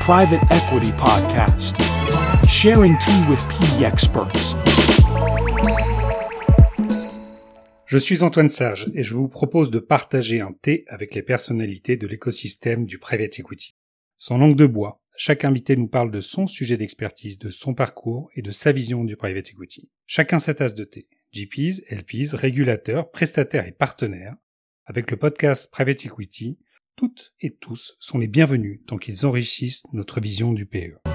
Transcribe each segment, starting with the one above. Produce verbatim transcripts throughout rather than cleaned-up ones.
Private Equity Podcast, sharing tea with P E experts. Je suis Antoine Sage et je vous propose de partager un thé avec les personnalités de l'écosystème du private equity. Sans langue de bois, chaque invité nous parle de son sujet d'expertise, de son parcours et de sa vision du private equity. Chacun sa tasse de thé. G Ps, L Ps, régulateurs, prestataires et partenaires. Avec le podcast Private Equity, toutes et tous sont les bienvenus tant qu'ils enrichissent notre vision du P E.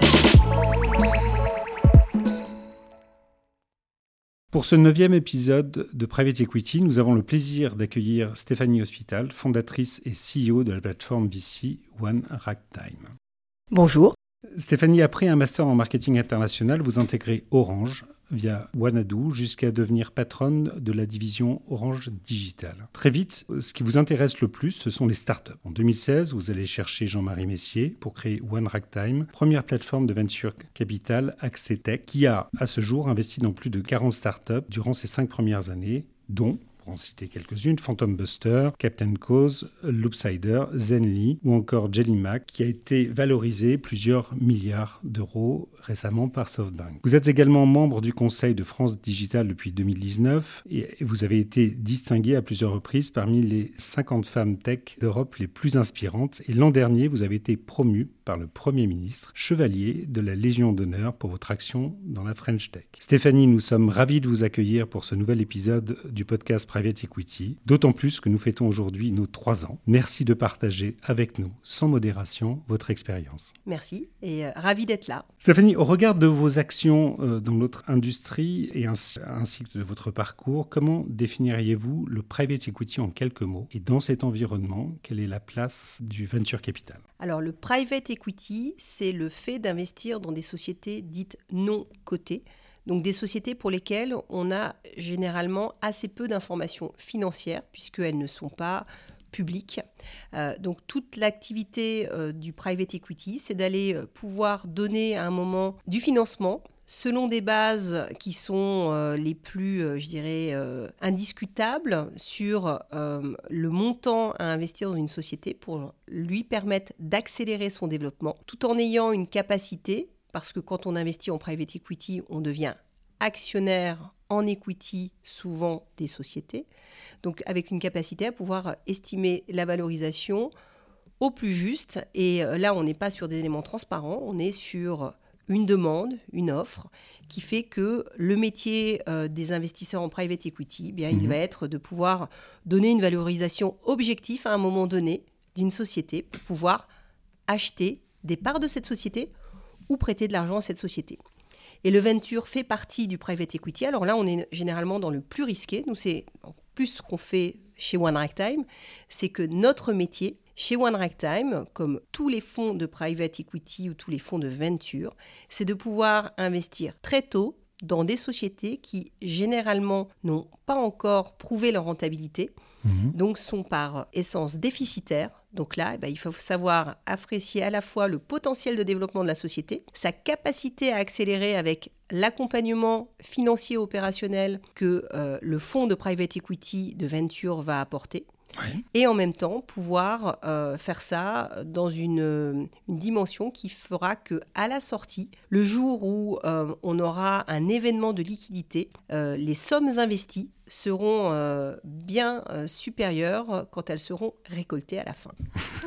Pour ce neuvième épisode de Private Equity, nous avons le plaisir d'accueillir Stéphanie Hospital, fondatrice et C E O de la plateforme V C One Ragtime. Bonjour. Stéphanie, après un master en marketing international, vous intégrez Orange via Wanadoo jusqu'à devenir patronne de la division Orange Digital. Très vite, ce qui vous intéresse le plus, ce sont les startups. En deux mille seize, vous allez chercher Jean-Marie Messier pour créer One Ragtime, première plateforme de venture capital axée tech, qui a, à ce jour, investi dans plus de quarante startups durant ces cinq premières années, dont, pour en citer quelques-unes, Phantom Buster, Captain Cause, Loopsider, Zenly ou encore Jellymac, qui a été valorisé plusieurs milliards d'euros récemment par SoftBank. Vous êtes également membre du conseil de France Digital depuis deux mille dix-neuf et vous avez été distingué à plusieurs reprises parmi les cinquante femmes tech d'Europe les plus inspirantes. Et l'an dernier, vous avez été promu par le Premier ministre, chevalier de la Légion d'honneur pour votre action dans la French Tech. Stéphanie, nous sommes ravis de vous accueillir pour ce nouvel épisode du podcast Private Equity, d'autant plus que nous fêtons aujourd'hui nos trois ans. Merci de partager avec nous, sans modération, votre expérience. Merci et euh, ravi d'être là. Stéphanie, au regard de vos actions euh, dans notre industrie et ainsi, ainsi que de votre parcours, comment définiriez-vous le Private Equity en quelques mots? Et dans cet environnement, quelle est la place du venture capital? Alors, le private equity, c'est le fait d'investir dans des sociétés dites non cotées, donc des sociétés pour lesquelles on a généralement assez peu d'informations financières, puisqu'elles ne sont pas publiques. Euh, donc, toute l'activité euh, du private equity, c'est d'aller euh, pouvoir donner à un moment du financement, selon des bases qui sont euh, les plus, euh, je dirais, euh, indiscutables sur euh, le montant à investir dans une société pour lui permettre d'accélérer son développement, tout en ayant une capacité, parce que quand on investit en private equity, on devient actionnaire en equity, souvent des sociétés, donc avec une capacité à pouvoir estimer la valorisation au plus juste. Et euh, là, on n'est pas sur des éléments transparents, on est sur une demande, une offre, qui fait que le métier euh, des investisseurs en private equity, eh bien, mmh. il va être de pouvoir donner une valorisation objective à un moment donné d'une société pour pouvoir acheter des parts de cette société ou prêter de l'argent à cette société. Et le venture fait partie du private equity. Alors là, on est généralement dans le plus risqué. Nous, c'est en plus ce qu'on fait chez One Ragtime, c'est que notre métier, chez One Ragtime, comme tous les fonds de private equity ou tous les fonds de venture, c'est de pouvoir investir très tôt dans des sociétés qui, généralement, n'ont pas encore prouvé leur rentabilité, mmh. donc sont par essence déficitaires. Donc là, eh ben, il faut savoir apprécier à la fois le potentiel de développement de la société, sa capacité à accélérer avec l'accompagnement financier opérationnel que euh, le fonds de private equity de venture va apporter. Oui. Et en même temps, pouvoir euh, faire ça dans une, une dimension qui fera qu'à la sortie, le jour où euh, on aura un événement de liquidité, euh, les sommes investies seront euh, bien euh, supérieures quand elles seront récoltées à la fin.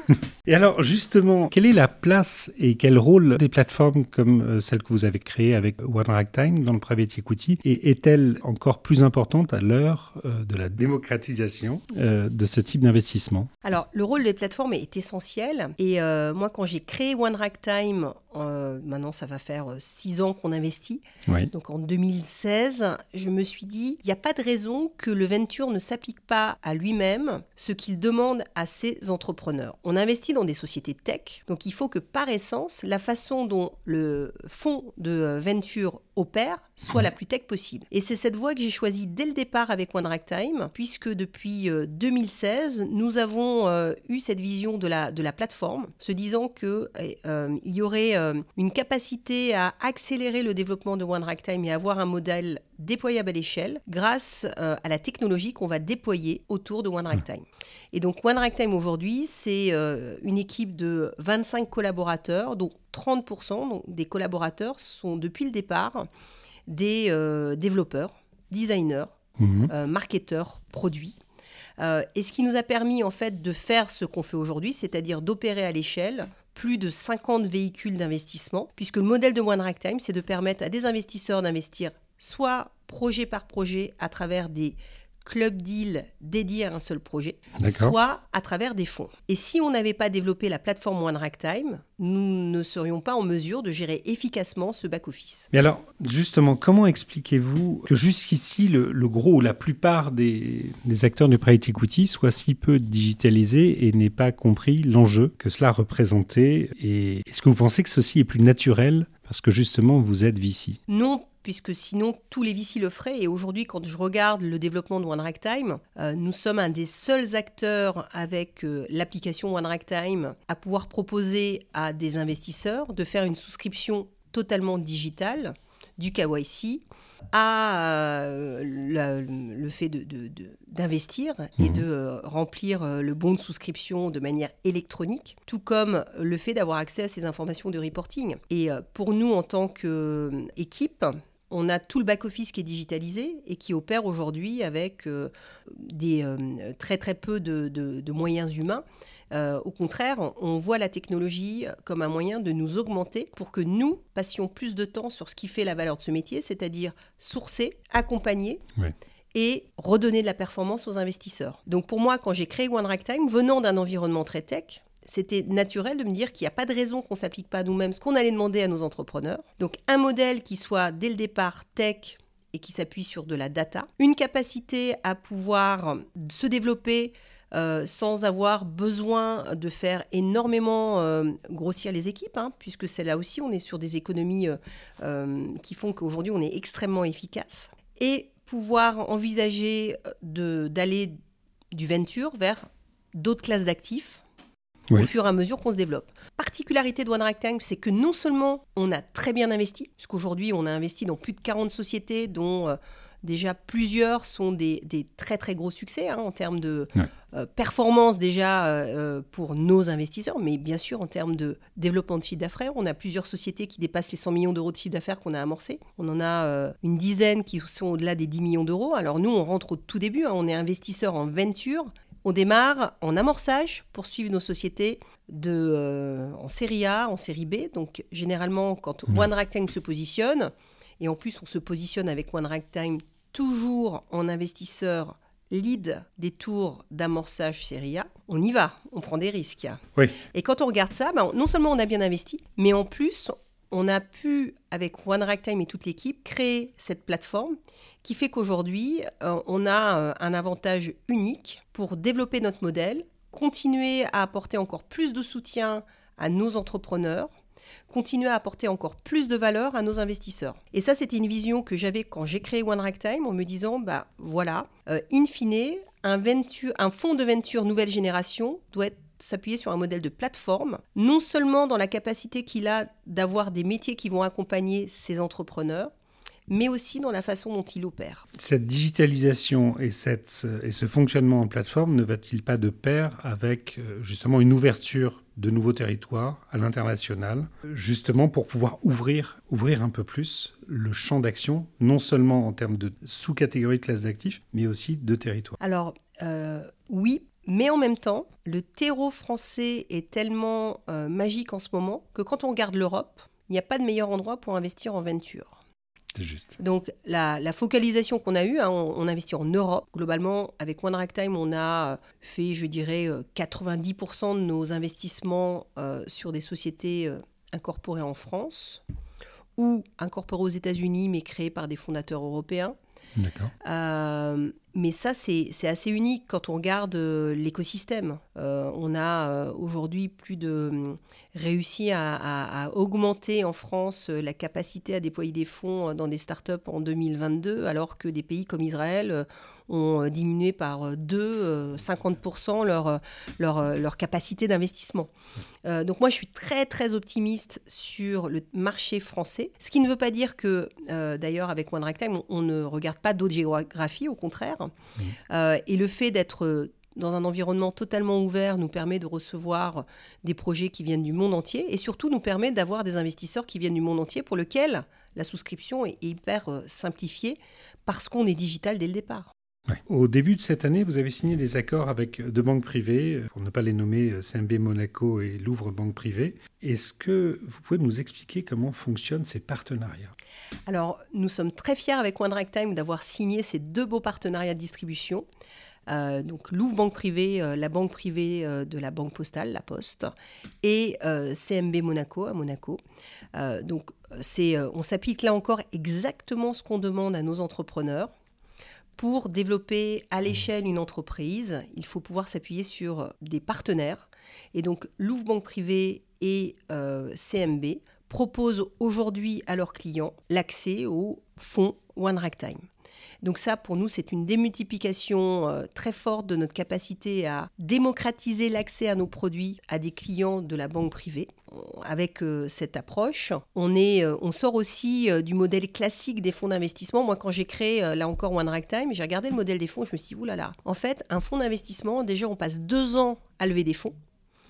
Et alors justement, quelle est la place et quel rôle des plateformes comme euh, celle que vous avez créée avec One Ragtime dans le private equity, et est-elle encore plus importante à l'heure euh, de la démocratisation euh, de ce type d'investissement? Alors le rôle des plateformes est essentiel et euh, moi quand j'ai créé One Ragtime, euh, maintenant ça va faire six ans qu'on investit, oui. donc en deux mille seize, je me suis dit il n'y a pas de raison que le venture ne s'applique pas à lui-même ce qu'il demande à ses entrepreneurs. On investit dans des sociétés tech, donc il faut que par essence, la façon dont le fonds de venture opère soit la plus tech possible. Et c'est cette voie que j'ai choisie dès le départ avec One Ragtime, puisque depuis euh, deux mille seize, nous avons euh, eu cette vision de la, de la plateforme, se disant qu'il euh, y aurait euh, une capacité à accélérer le développement de One Ragtime et avoir un modèle déployable à l'échelle grâce euh, à la technologie qu'on va déployer autour de One Ragtime. Et donc One Ragtime aujourd'hui, c'est euh, une équipe de vingt-cinq collaborateurs, dont trente pour cent donc, des collaborateurs sont depuis le départ des euh, développeurs, designers, mmh. euh, marketeurs, produits. Euh, et ce qui nous a permis en fait de faire ce qu'on fait aujourd'hui, c'est-à-dire d'opérer à l'échelle plus de cinquante véhicules d'investissement, puisque le modèle de One Ragtime, c'est de permettre à des investisseurs d'investir soit projet par projet à travers des club deals dédiés à un seul projet, D'accord. soit à travers des fonds. Et si on n'avait pas développé la plateforme One Ragtime, nous ne serions pas en mesure de gérer efficacement ce back-office. Mais alors, justement, comment expliquez-vous que jusqu'ici, le, le gros ou la plupart des, des acteurs du private equity soient si peu digitalisés et n'aient pas compris l'enjeu que cela représentait? Et est-ce que vous pensez que ceci est plus naturel parce que justement, vous êtes V C? Non, puisque sinon tous les V C le feraient. Et aujourd'hui, quand je regarde le développement de One Ragtime, euh, nous sommes un des seuls acteurs avec euh, l'application One Ragtime à pouvoir proposer à des investisseurs de faire une souscription totalement digitale du K Y C à euh, le, le fait de, de, de, d'investir mmh. et de euh, remplir euh, le bon de souscription de manière électronique, tout comme le fait d'avoir accès à ces informations de reporting. Et euh, pour nous, en tant qu'équipe, on a tout le back-office qui est digitalisé et qui opère aujourd'hui avec euh, des, euh, très très peu de, de, de moyens humains. Euh, au contraire, on voit la technologie comme un moyen de nous augmenter pour que nous passions plus de temps sur ce qui fait la valeur de ce métier, c'est-à-dire sourcer, accompagner oui. et redonner de la performance aux investisseurs. Donc pour moi, quand j'ai créé One Ragtime, venant d'un environnement très tech, c'était naturel de me dire qu'il n'y a pas de raison qu'on ne s'applique pas à nous-mêmes ce qu'on allait demander à nos entrepreneurs. Donc un modèle qui soit dès le départ tech et qui s'appuie sur de la data, une capacité à pouvoir se développer Euh, sans avoir besoin de faire énormément euh, grossir les équipes, hein, puisque c'est là aussi, on est sur des économies euh, euh, qui font qu'aujourd'hui, on est extrêmement efficace. Et pouvoir envisager de, d'aller du venture vers d'autres classes d'actifs oui. au fur et à mesure qu'on se développe. Particularité de One Ragtime, c'est que non seulement on a très bien investi, puisqu'aujourd'hui, on a investi dans plus de quarante sociétés, dont... Euh, Déjà, plusieurs sont des, des très, très gros succès hein, en termes de ouais. euh, performance déjà euh, pour nos investisseurs, mais bien sûr en termes de développement de chiffre d'affaires. On a plusieurs sociétés qui dépassent les cent millions d'euros de chiffre d'affaires qu'on a amorcé. On en a euh, une dizaine qui sont au-delà des dix millions d'euros. Alors nous, on rentre au tout début. Hein, on est investisseur en venture. On démarre en amorçage pour suivre nos sociétés de, euh, en série A, en série B. Donc généralement, quand ouais. One Ragtime se positionne, et en plus on se positionne avec One Ragtime toujours en investisseur lead des tours d'amorçage série A, on y va, on prend des risques. Oui. Et quand on regarde ça, ben, non seulement on a bien investi, mais en plus, on a pu, avec One Ragtime et toute l'équipe, créer cette plateforme qui fait qu'aujourd'hui, euh, on a euh, un avantage unique pour développer notre modèle, continuer à apporter encore plus de soutien à nos entrepreneurs, continuer à apporter encore plus de valeur à nos investisseurs. Et ça, c'était une vision que j'avais quand j'ai créé One Ragtime en me disant, bah voilà, euh, in fine, un, venture, un fonds de venture nouvelle génération doit être, s'appuyer sur un modèle de plateforme, non seulement dans la capacité qu'il a d'avoir des métiers qui vont accompagner ses entrepreneurs, mais aussi dans la façon dont il opère. Cette digitalisation et, cette, et ce fonctionnement en plateforme ne va-t-il pas de pair avec justement une ouverture de nouveaux territoires à l'international, justement pour pouvoir ouvrir, ouvrir un peu plus le champ d'action, non seulement en termes de sous-catégories de classes d'actifs, mais aussi de territoires? Alors, euh, oui, mais en même temps, le terreau français est tellement euh, magique en ce moment que quand on regarde l'Europe, il n'y a pas de meilleur endroit pour investir en venture. C'est juste. Donc, la, la focalisation qu'on a eue, hein, on, on investit en Europe. Globalement, avec One Ragtime, on a fait, je dirais, quatre-vingt-dix pour cent de nos investissements euh, sur des sociétés euh, incorporées en France ou incorporées aux États-Unis, mais créées par des fondateurs européens. D'accord. Euh, mais ça, c'est, c'est assez unique quand on regarde euh, l'écosystème. Euh, on a euh, aujourd'hui plus de euh, réussi à, à, à augmenter en France euh, la capacité à déployer des fonds dans des startups en deux mille vingt-deux, alors que des pays comme Israël euh, ont diminué par deux, cinquante pour cent leur, leur, leur capacité d'investissement. Euh, donc moi, je suis très, très optimiste sur le marché français. Ce qui ne veut pas dire que, euh, d'ailleurs, avec One Ragtime, on, on ne regarde pas d'autres géographies, au contraire. Mmh. Euh, et le fait d'être dans un environnement totalement ouvert nous permet de recevoir des projets qui viennent du monde entier et surtout nous permet d'avoir des investisseurs qui viennent du monde entier pour lesquels la souscription est hyper simplifiée parce qu'on est digital dès le départ. Ouais. Au début de cette année, vous avez signé des accords avec deux banques privées, pour ne pas les nommer C M B Monaco et Louvre Banque Privée. Est-ce que vous pouvez nous expliquer comment fonctionnent ces partenariats ? Alors, nous sommes très fiers avec One Ragtime d'avoir signé ces deux beaux partenariats de distribution. Euh, donc Louvre Banque Privée, euh, la banque privée euh, de la Banque Postale, la Poste, et euh, C M B Monaco à Monaco. Euh, donc c'est, euh, on s'applique là encore exactement ce qu'on demande à nos entrepreneurs. Pour développer à l'échelle une entreprise, il faut pouvoir s'appuyer sur des partenaires. Et donc Louvre Banque Privée et euh, C M B proposent aujourd'hui à leurs clients l'accès au fonds One Ragtime. Donc ça, pour nous, c'est une démultiplication euh, très forte de notre capacité à démocratiser l'accès à nos produits à des clients de la banque privée. Avec euh, cette approche, on, est, euh, on sort aussi euh, du modèle classique des fonds d'investissement. Moi, quand j'ai créé, euh, là encore, One Ragtime, j'ai regardé le modèle des fonds, je me suis dit, oulala, en fait, un fonds d'investissement, déjà, on passe deux ans à lever des fonds.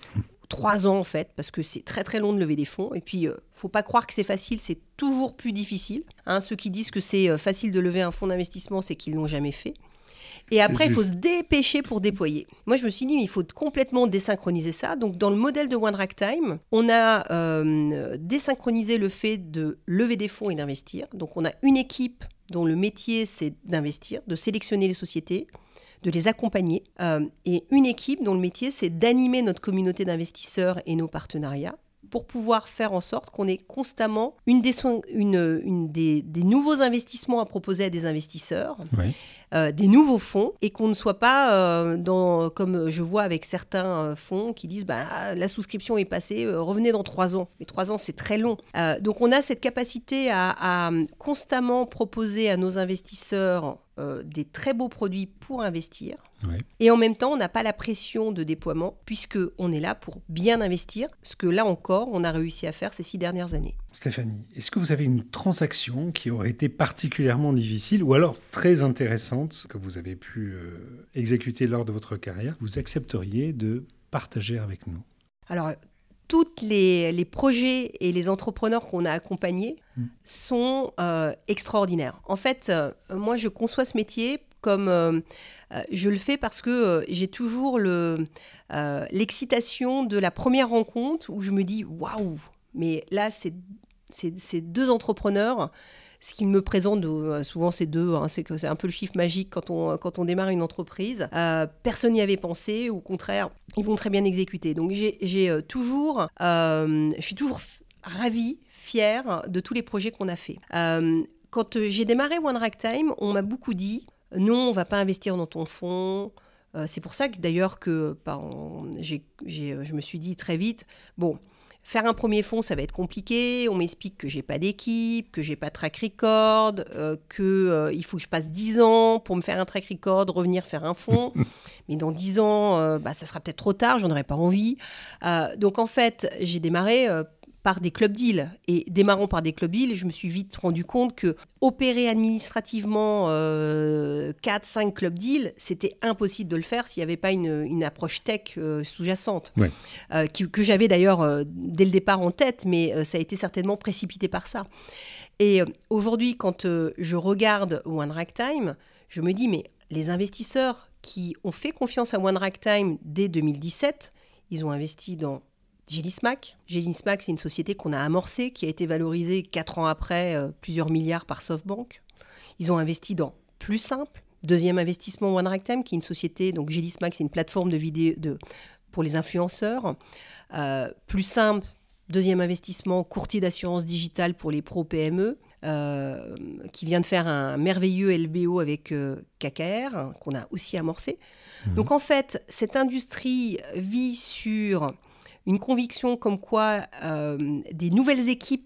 Trois ans en fait, parce que c'est très très long de lever des fonds. Et puis, il euh, ne faut pas croire que c'est facile, c'est toujours plus difficile. Hein, ceux qui disent que c'est euh, facile de lever un fonds d'investissement, c'est qu'ils ne l'ont jamais fait. Et après, il faut se dépêcher pour déployer. Moi, je me suis dit, mais il faut complètement désynchroniser ça. Donc, dans le modèle de One Ragtime, on a euh, désynchronisé le fait de lever des fonds et d'investir. Donc, on a une équipe dont le métier, c'est d'investir, de sélectionner les sociétés, de les accompagner, euh, et une équipe dont le métier, c'est d'animer notre communauté d'investisseurs et nos partenariats pour pouvoir faire en sorte qu'on ait constamment une des, une, une des, des nouveaux investissements à proposer à des investisseurs, oui. euh, des nouveaux fonds, et qu'on ne soit pas, euh, dans, comme je vois avec certains fonds qui disent bah, « la souscription est passée, euh, revenez dans trois ans ». Mais trois ans, c'est très long. Euh, donc on a cette capacité à, à constamment proposer à nos investisseurs Euh, des très beaux produits pour investir. Oui. Et en même temps, on n'a pas la pression de déploiement puisqu'on est là pour bien investir, ce que là encore, on a réussi à faire ces six dernières années. Stéphanie, est-ce que vous avez une transaction qui aurait été particulièrement difficile ou alors très intéressante que vous avez pu euh, exécuter lors de votre carrière, vous accepteriez de partager avec nous ? Alors, tous les, les projets et les entrepreneurs qu'on a accompagnés mmh. sont euh, extraordinaires. En fait, euh, moi, je conçois ce métier comme... Euh, euh, je le fais parce que euh, j'ai toujours le, euh, l'excitation de la première rencontre où je me dis « Waouh !» Mais là, c'est, c'est, c'est deux entrepreneurs. Ce qu'ils me présentent, euh, souvent c'est deux, hein, c'est, que c'est un peu le chiffre magique quand on, quand on démarre une entreprise. Euh, personne n'y avait pensé, au contraire, ils vont très bien exécuter. Donc j'ai, j'ai euh, toujours, euh, je suis toujours f- ravie, fière de tous les projets qu'on a faits. Euh, quand euh, j'ai démarré One Ragtime, on m'a beaucoup dit « non, on ne va pas investir dans ton fonds ». Euh, c'est pour ça que d'ailleurs que bah, on, j'ai, j'ai, je me suis dit très vite, bon, faire un premier fonds, ça va être compliqué. On m'explique que j'ai pas d'équipe, que j'ai pas de track record, euh, qu'il euh, faut que je passe dix ans pour me faire un track record, revenir faire un fonds. Mais dans dix ans, euh, bah, ça sera peut-être trop tard, j'en aurais pas envie. Euh, donc en fait, j'ai démarré euh, par des club deals. Et démarrant par des club deals, je me suis vite rendu compte que opérer administrativement euh, quatre cinq club deals, c'était impossible de le faire s'il n'y avait pas une, une approche tech euh, sous-jacente. Ouais. Euh, qui, que j'avais d'ailleurs euh, dès le départ en tête, mais euh, ça a été certainement précipité par ça. Et euh, aujourd'hui, quand euh, je regarde One Ragtime, je me dis, mais les investisseurs qui ont fait confiance à One Ragtime dès deux mille dix-sept, ils ont investi dans Gélismac. Gélismac, c'est une société qu'on a amorcée, qui a été valorisée quatre ans après euh, plusieurs milliards par SoftBank. Ils ont investi dans Plus Simple, deuxième investissement One Ragtime, qui est une société, donc Gélismac, c'est une plateforme de vidéo de, pour les influenceurs. Euh, Plus Simple, deuxième investissement, courtier d'assurance digitale pour les pros P M E, euh, qui vient de faire un merveilleux L B O avec euh, K K R, hein, qu'on a aussi amorcé. Mmh. Donc en fait, cette industrie vit sur une conviction comme quoi euh, des nouvelles équipes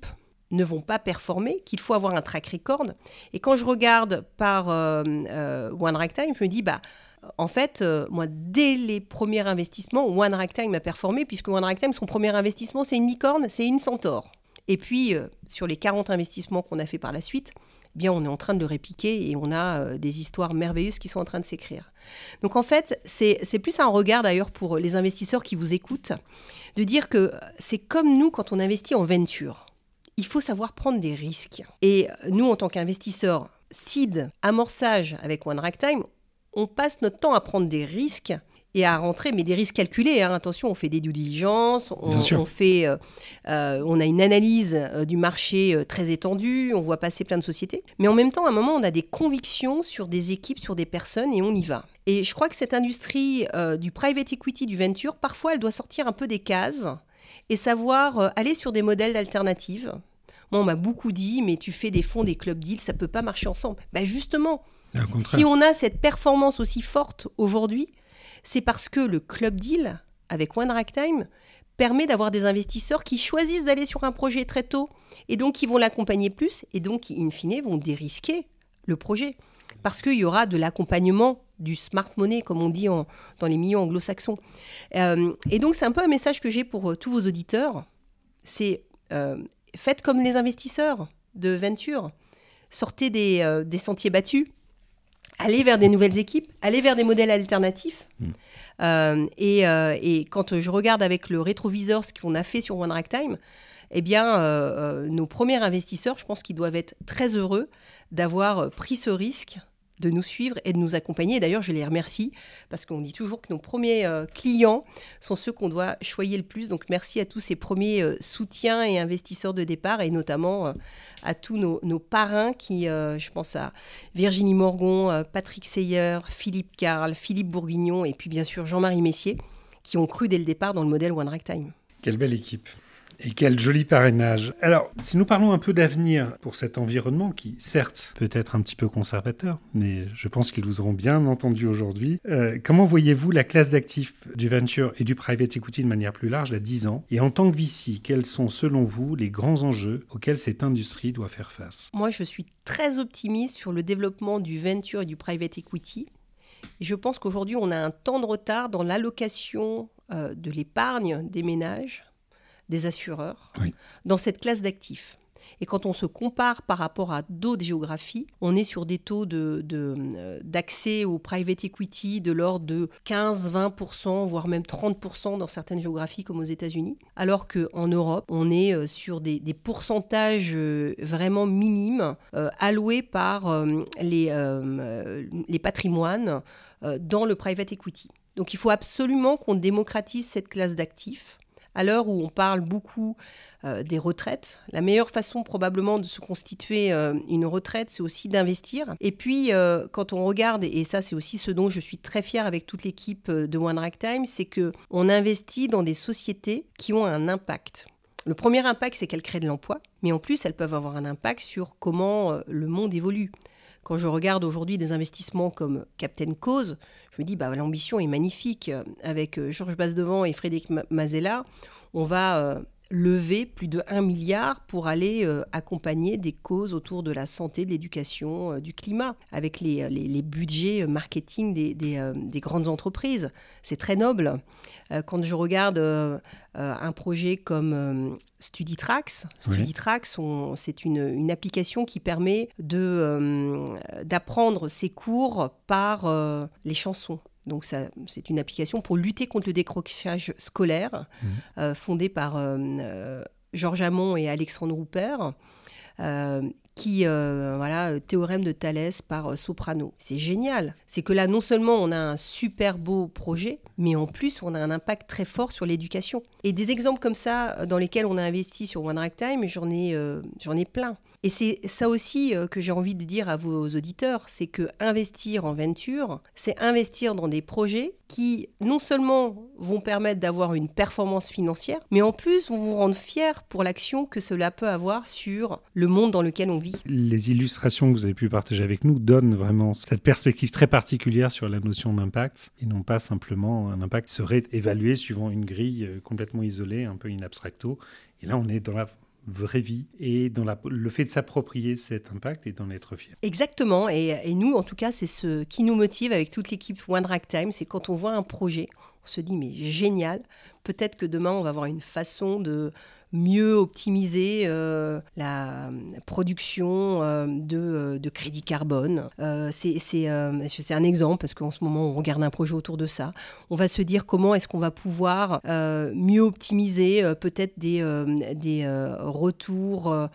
ne vont pas performer, qu'il faut avoir un track record. Et quand je regarde par euh, euh, One Ragtime, je me dis, bah, en fait, euh, moi, dès les premiers investissements, One Ragtime a performé, puisque One Ragtime, son premier investissement, c'est une licorne, c'est une centaure. Et puis, euh, sur les quarante investissements qu'on a fait par la suite, eh bien, on est en train de le répliquer et on a euh, des histoires merveilleuses qui sont en train de s'écrire. Donc, en fait, c'est, c'est plus un regard, d'ailleurs, pour les investisseurs qui vous écoutent, de dire que c'est comme nous quand on investit en venture. Il faut savoir prendre des risques. Et nous, en tant qu'investisseurs, seed, amorçage avec One Ragtime, on passe notre temps à prendre des risques et à rentrer, mais des risques calculés. Hein. Attention, on fait des due diligence, on, on, fait, euh, euh, on a une analyse euh, du marché euh, très étendue, on voit passer plein de sociétés. Mais en même temps, à un moment, on a des convictions sur des équipes, sur des personnes et on y va. Et je crois que cette industrie euh, du private equity, du venture, parfois, elle doit sortir un peu des cases et savoir euh, aller sur des modèles alternatives. Moi, on m'a beaucoup dit, mais tu fais des fonds, des club deals, ça ne peut pas marcher ensemble. Ben justement, si on a cette performance aussi forte aujourd'hui, c'est parce que le club deal, avec One Ragtime, permet d'avoir des investisseurs qui choisissent d'aller sur un projet très tôt et donc qui vont l'accompagner plus et donc qui, in fine, vont dérisquer le projet. Parce qu'il y aura de l'accompagnement, du smart money, comme on dit en, dans les milieux anglo-saxons. Euh, et donc, c'est un peu un message que j'ai pour euh, tous vos auditeurs. C'est euh, faites comme les investisseurs de venture. Sortez des, euh, des sentiers battus. Allez vers des nouvelles équipes. Allez vers des modèles alternatifs. Mmh. Euh, et, euh, et quand je regarde avec le rétroviseur ce qu'on a fait sur One Ragtime, eh bien, euh, euh, nos premiers investisseurs, je pense qu'ils doivent être très heureux d'avoir pris ce risque de nous suivre et de nous accompagner. Et d'ailleurs, je les remercie parce qu'on dit toujours que nos premiers euh, clients sont ceux qu'on doit choyer le plus. Donc, merci à tous ces premiers euh, soutiens et investisseurs de départ et notamment euh, à tous nos, nos parrains qui, euh, je pense à Virginie Morgon, euh, Patrick Seyer, Philippe Carle, Philippe Bourguignon et puis bien sûr Jean-Marie Messier qui ont cru dès le départ dans le modèle One Ragtime. Quelle belle équipe! Et quel joli parrainage. Alors, si nous parlons un peu d'avenir pour cet environnement qui, certes, peut être un petit peu conservateur, mais je pense qu'ils vous auront bien entendu aujourd'hui, euh, comment voyez-vous la classe d'actifs du venture et du private equity de manière plus large à dix ans? Et en tant que V C, quels sont selon vous les grands enjeux auxquels cette industrie doit faire face? Moi, je suis très optimiste sur le développement du venture et du private equity. Et je pense qu'aujourd'hui, on a un temps de retard dans l'allocation euh, de l'épargne des ménages, des assureurs, oui. dans cette classe d'actifs. Et quand on se compare par rapport à d'autres géographies, on est sur des taux de, de, d'accès au private equity de l'ordre de quinze à vingt pour cent, voire même trente pour cent dans certaines géographies comme aux États-Unis, alors qu'en Europe, on est sur des, des pourcentages vraiment minimes euh, alloués par euh, les, euh, les patrimoines euh, dans le private equity. Donc il faut absolument qu'on démocratise cette classe d'actifs. À l'heure où on parle beaucoup euh, des retraites, la meilleure façon probablement de se constituer euh, une retraite, c'est aussi d'investir. Et puis, euh, quand on regarde, et ça c'est aussi ce dont je suis très fière avec toute l'équipe de One Ragtime, c'est qu'on investit dans des sociétés qui ont un impact. Le premier impact, c'est qu'elles créent de l'emploi, mais en plus, elles peuvent avoir un impact sur comment euh, le monde évolue. Quand je regarde aujourd'hui des investissements comme Captain Cause, je me dis bah, l'ambition est magnifique. Avec Georges Basdevant et Frédéric Mazella, on va euh, lever plus de un milliard pour aller euh, accompagner des causes autour de la santé, de l'éducation, euh, du climat, avec les, les, les budgets marketing des, des, euh, des grandes entreprises. C'est très noble. Euh, quand je regarde euh, euh, un projet comme euh, StudyTrax, StudyTrax, on, c'est une, une application qui permet de, euh, d'apprendre ses cours par euh, les chansons. Donc, ça, c'est une application pour lutter contre le décrochage scolaire, mmh. euh, fondée par euh, euh, Georges Hamon et Alexandre Roupert, euh, qui, euh, voilà, théorème de Thalès par euh, Soprano. C'est génial. C'est que là, non seulement on a un super beau projet, mais en plus, on a un impact très fort sur l'éducation. Et des exemples comme ça, dans lesquels on a investi sur One Ragtime, j'en ai, euh, j'en ai plein. Et c'est ça aussi euh, que j'ai envie de dire à vos auditeurs, c'est que investir en venture, c'est investir dans des projets qui non seulement vont permettre d'avoir une performance financière, mais en plus vont vous rendre fiers pour l'action que cela peut avoir sur le monde dans lequel on vit. Les illustrations que vous avez pu partager avec nous donnent vraiment cette perspective très particulière sur la notion d'impact, et non pas simplement un impact qui serait évalué suivant une grille complètement isolée, un peu in abstracto. Et là, on est dans la vraie vie et dans la, le fait de s'approprier cet impact et d'en être fier. Exactement. Et, et nous, en tout cas, c'est ce qui nous motive avec toute l'équipe One Ragtime. C'est quand on voit un projet, on se dit, mais génial, peut-être que demain, on va avoir une façon de mieux optimiser euh, la production euh, de, euh, de crédit carbone. Euh, c'est, c'est, euh, c'est un exemple parce qu'en ce moment, on regarde un projet autour de ça. On va se dire comment est-ce qu'on va pouvoir euh, mieux optimiser euh, peut-être des, euh, des euh, retours euh,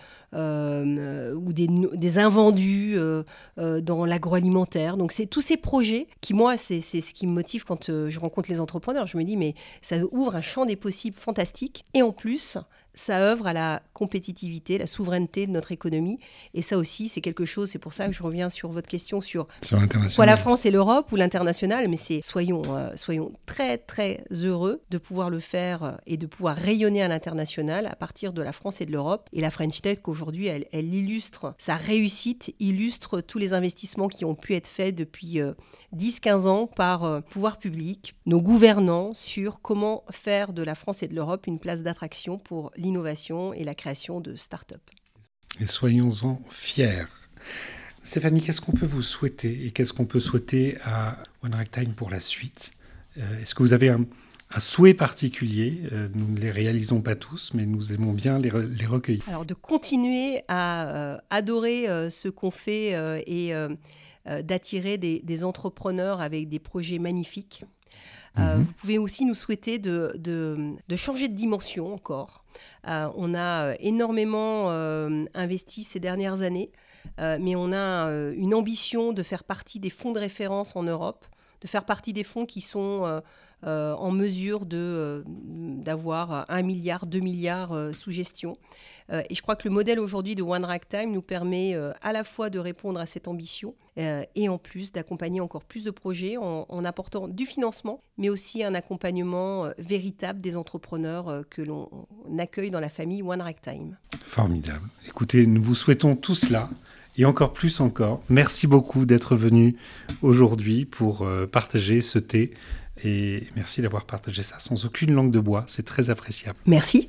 euh, ou des, des invendus euh, euh, dans l'agroalimentaire. Donc, c'est tous ces projets qui, moi, c'est, c'est ce qui me motive quand euh, je rencontre les entrepreneurs. Je me dis, mais ça ouvre un champ des possibles fantastique. Et en plus, ça œuvre à la compétitivité, la souveraineté de notre économie. Et ça aussi, c'est quelque chose, c'est pour ça que je reviens sur votre question sur, sur l'international. Soit la France et l'Europe ou l'international, mais c'est soyons, euh, soyons très, très heureux de pouvoir le faire et de pouvoir rayonner à l'international à partir de la France et de l'Europe. Et la French Tech, aujourd'hui, elle, elle illustre, sa réussite illustre tous les investissements qui ont pu être faits depuis euh, dix à quinze ans par euh, pouvoir public, nos gouvernants, sur comment faire de la France et de l'Europe une place d'attraction pour l'innovation et la création de start-up. Et soyons-en fiers. Stéphanie, qu'est-ce qu'on peut vous souhaiter et qu'est-ce qu'on peut souhaiter à One Ragtime pour la suite ? euh, Est-ce que vous avez un, un souhait particulier ? euh, Nous ne les réalisons pas tous, mais nous aimons bien les, re- les recueillir. Alors, de continuer à euh, adorer euh, ce qu'on fait euh, et euh, euh, d'attirer des, des entrepreneurs avec des projets magnifiques. Euh, mmh. Vous pouvez aussi nous souhaiter de, de, de changer de dimension encore. Euh, on a énormément euh, investi ces dernières années, euh, mais on a euh, une ambition de faire partie des fonds de référence en Europe, de faire partie des fonds qui sont euh, euh, en mesure de, euh, d'avoir un milliard, deux milliards euh, sous gestion. Euh, et je crois que le modèle aujourd'hui de One Ragtime nous permet euh, à la fois de répondre à cette ambition euh, et en plus d'accompagner encore plus de projets en, en apportant du financement, mais aussi un accompagnement euh, véritable des entrepreneurs euh, que l'on accueille dans la famille One Ragtime. Formidable. Écoutez, nous vous souhaitons tout cela. Et encore plus encore, merci beaucoup d'être venu aujourd'hui pour euh, partager ce thé. Et merci d'avoir partagé ça sans aucune langue de bois. C'est très appréciable. Merci.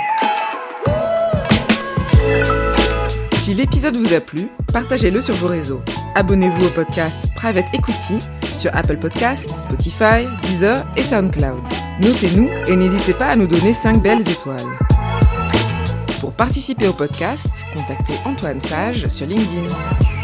Si l'épisode vous a plu, partagez-le sur vos réseaux. Abonnez-vous au podcast Private Equity sur Apple Podcasts, Spotify, Deezer et SoundCloud. Notez-nous et n'hésitez pas à nous donner cinq belles étoiles. Pour participer au podcast, contactez Antoine Sage sur LinkedIn.